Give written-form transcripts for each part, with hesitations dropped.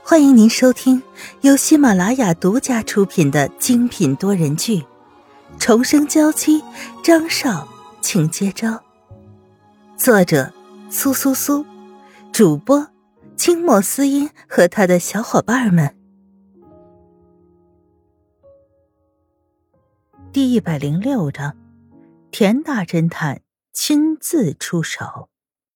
欢迎您收听由喜马拉雅独家出品的精品多人剧《重生娇妻》，张少，请接招。作者苏苏苏，主播清末思音和他的小伙伴们。第106章，田大侦探亲自出手。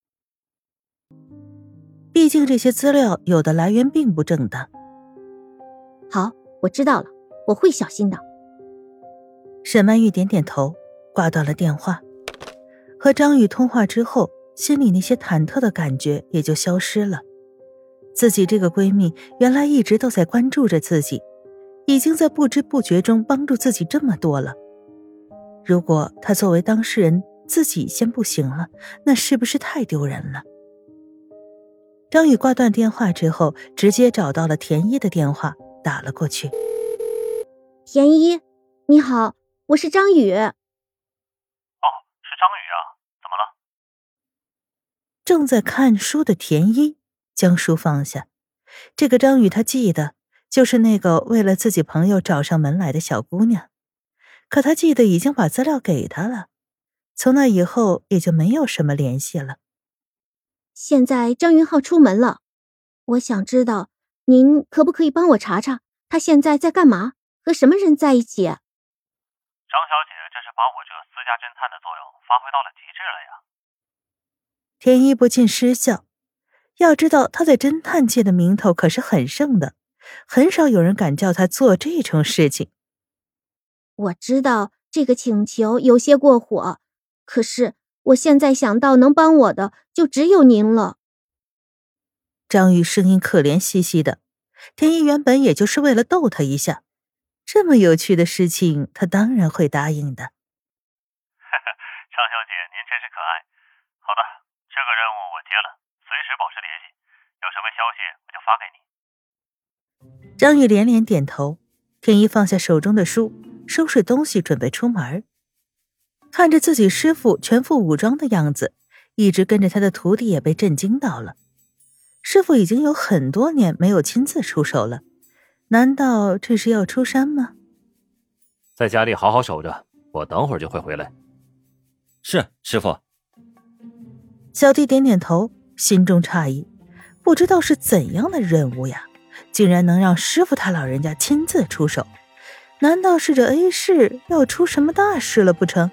毕竟这些资料有的来源并不正当。 好，我知道了，我会小心的。 沈曼玉点点头，挂断了电话。和张宇通话之后，心里那些忐忑的感觉也就消失了。自己这个闺蜜原来一直都在关注着自己，已经在不知不觉中帮助自己这么多了。如果她作为当事人自己先不行了，那是不是太丢人了？张宇挂断电话之后，直接找到了田一的电话，打了过去。 田一，你好，我是张宇。 哦，是张宇啊，怎么了？ 正在看书的田一将书放下。这个张宇他记得，就是那个为了自己朋友找上门来的小姑娘。可他记得已经把资料给他了，从那以后也就没有什么联系了。 现在张云浩出门了，我想知道您可不可以帮我查查他现在在干嘛，和什么人在一起？ 张小姐这是把我这个私家侦探的作用发挥到了极致了呀。 田一不禁失笑，要知道他在侦探界的名头可是很盛的，很少有人敢叫他做这种事情。 我知道这个请求有些过火，可是我现在想到能帮我的就只有您了。 张宇声音可怜兮兮的，田一原本也就是为了逗他一下，这么有趣的事情他当然会答应的。 张小姐您真是可爱。好的，这个任务我接了，随时保持联系，有什么消息我就发给你。 张宇连连点头，田一放下手中的书，收拾东西准备出门。看着自己师父全副武装的样子，一直跟着他的徒弟也被震惊到了。师父已经有很多年没有亲自出手了，难道这是要出山吗？ 在家里好好守着，我等会儿就会回来。 是，师父。 小弟点点头，心中诧异，不知道是怎样的任务呀，竟然能让师父他老人家亲自出手，难道是这 A 市要出什么大事了不成？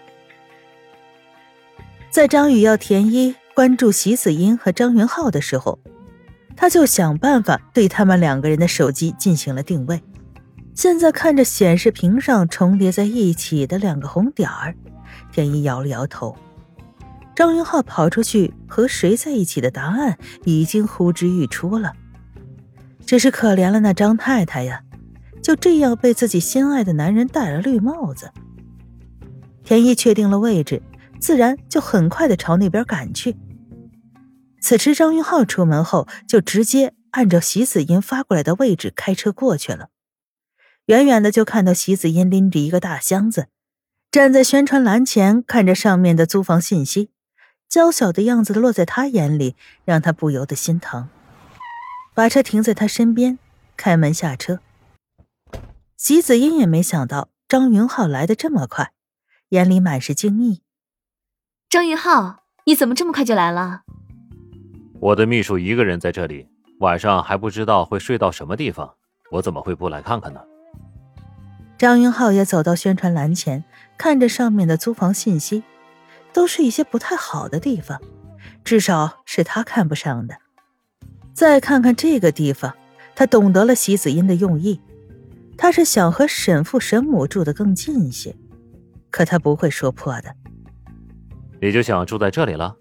在张宇要田一关注席子英和张云浩的时候，他就想办法对他们两个人的手机进行了定位。现在看着显示屏上重叠在一起的两个红点儿，田一摇了摇头。张云浩跑出去和谁在一起的答案已经呼之欲出了。只是可怜了那张太太呀，就这样被自己心爱的男人戴了绿帽子。田一确定了位置，自然就很快地朝那边赶去。此时张云浩出门后，就直接按照席子英发过来的位置开车过去了。远远的就看到席子英拎着一个大箱子，站在宣传栏前，看着上面的租房信息，娇小的样子落在他眼里，让他不由得心疼。把车停在他身边，开门下车。席子英也没想到张云浩来得这么快，眼里满是惊异。 张云浩，你怎么这么快就来了？ 我的秘书一个人在这里，晚上还不知道会睡到什么地方，我怎么会不来看看呢？ 张云浩也走到宣传栏前，看着上面的租房信息，都是一些不太好的地方，至少是他看不上的。再看看这个地方，他懂得了席子英的用意，他是想和沈父沈母住得更近些，可他不会说破的。 你就想住在这里了？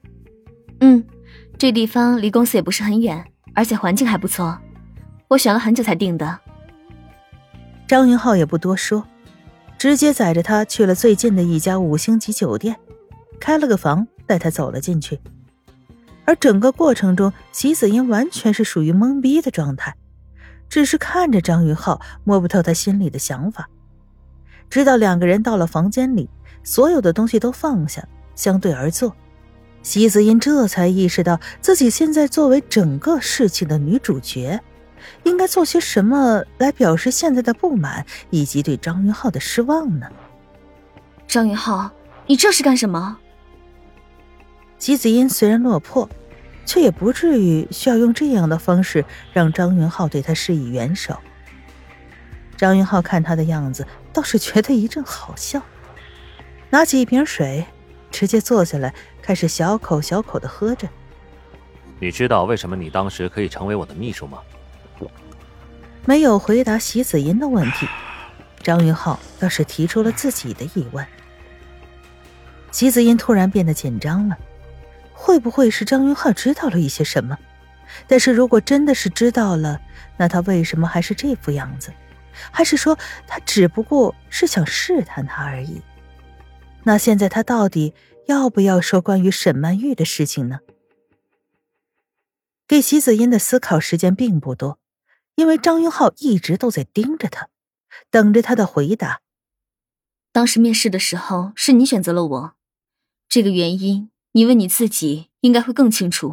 这地方离公司也不是很远，而且环境还不错，我选了很久才定的。 张云浩也不多说，直接载着他去了最近的一家5星级酒店，开了个房带他走了进去。而整个过程中，席子英完全是属于懵逼的状态，只是看着张云浩，摸不透他心里的想法。直到两个人到了房间里，所有的东西都放下，相对而坐，席子英这才意识到自己现在作为整个事情的女主角， 应该做些什么来表示现在的不满以及对张云浩的失望呢？ 张云浩，你这是干什么？ 席子音虽然落魄，却也不至于需要用这样的方式让张云浩对他施以援手。张云浩看他的样子，倒是觉得一阵好笑，拿起一瓶水，直接坐下来，开始小口小口地喝着。 你知道为什么你当时可以成为我的秘书吗？ 没有回答席子音的问题，张云浩倒是提出了自己的疑问。席子音突然变得紧张了，会不会是张云浩知道了一些什么？但是如果真的是知道了，那他为什么还是这副样子？还是说他只不过是想试探他而已？那现在他到底要不要说关于沈曼玉的事情呢？给席子音的思考时间并不多，因为张云浩一直都在盯着他，等着他的回答。 当时面试的时候是你选择了我，这个原因你问你自己应该会更清楚。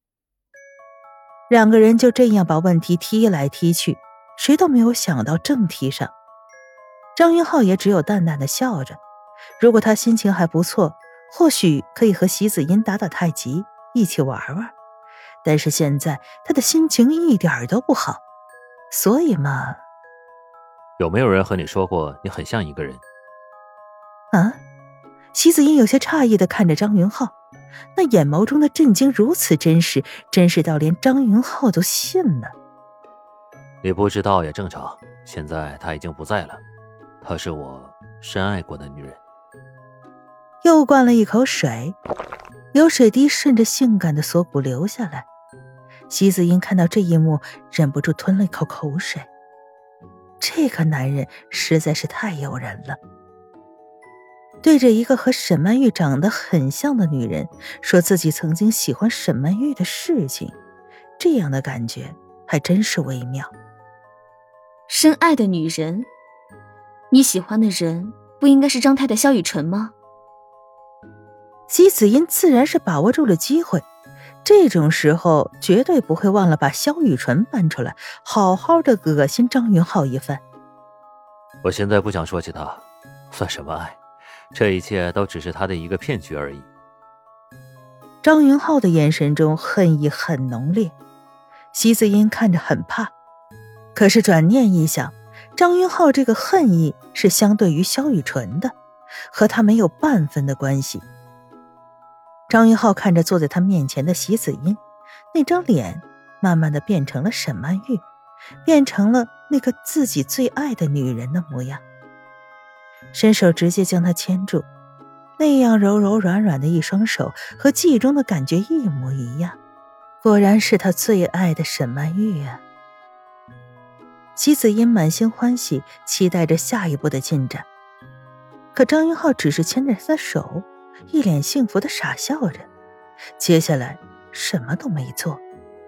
两个人就这样把问题踢来踢去，谁都没有想到正题上。张云浩也只有淡淡的笑着，如果他心情还不错，或许可以和席子音打打太极，一起玩玩。但是现在他的心情一点都不好，所以嘛…… 有没有人和你说过你很像一个人？ 啊？席子音有些诧异地看着张云浩，那眼眸中的震惊如此真实，真实到连张云浩都信了。 你不知道也正常，现在她已经不在了，她是我深爱过的女人。 又灌了一口水，有水滴顺着性感的锁骨流下来。席子音看到这一幕，忍不住吞了一口口水。这个男人实在是太诱人了，对着一个和沈曼玉长得很像的女人说自己曾经喜欢沈曼玉的事情，这样的感觉还真是微妙。 深爱的女人，你喜欢的人不应该是张太太萧雨辰吗？ 席子音自然是把握住了机会，这种时候绝对不会忘了把萧雨辰搬出来，好好的恶心张云浩一番。 我现在不想说起他，算什么爱？这一切都只是他的一个骗局而已。 张云浩的眼神中恨意很浓烈，席子音看着很怕，可是转念一想，张云浩这个恨意是相对于萧雨辰的，和他没有半分的关系。张云浩看着坐在他面前的席子音，那张脸慢慢的变成了沈曼玉，变成了那个自己最爱的女人的模样，伸手直接将她牵住，那样柔柔软软的一双手和记忆中的感觉一模一样，果然是他最爱的沈曼玉啊。席子音满心欢喜，期待着下一步的进展，可张云浩只是牵着他的手，一脸幸福的傻笑着，接下来什么都没做。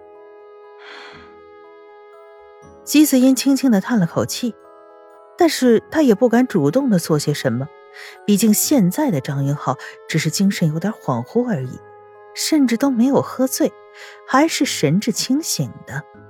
席子音轻轻地叹了口气，但是他也不敢主动地做些什么，毕竟现在的张云浩只是精神有点恍惚而已，甚至都没有喝醉，还是神志清醒的。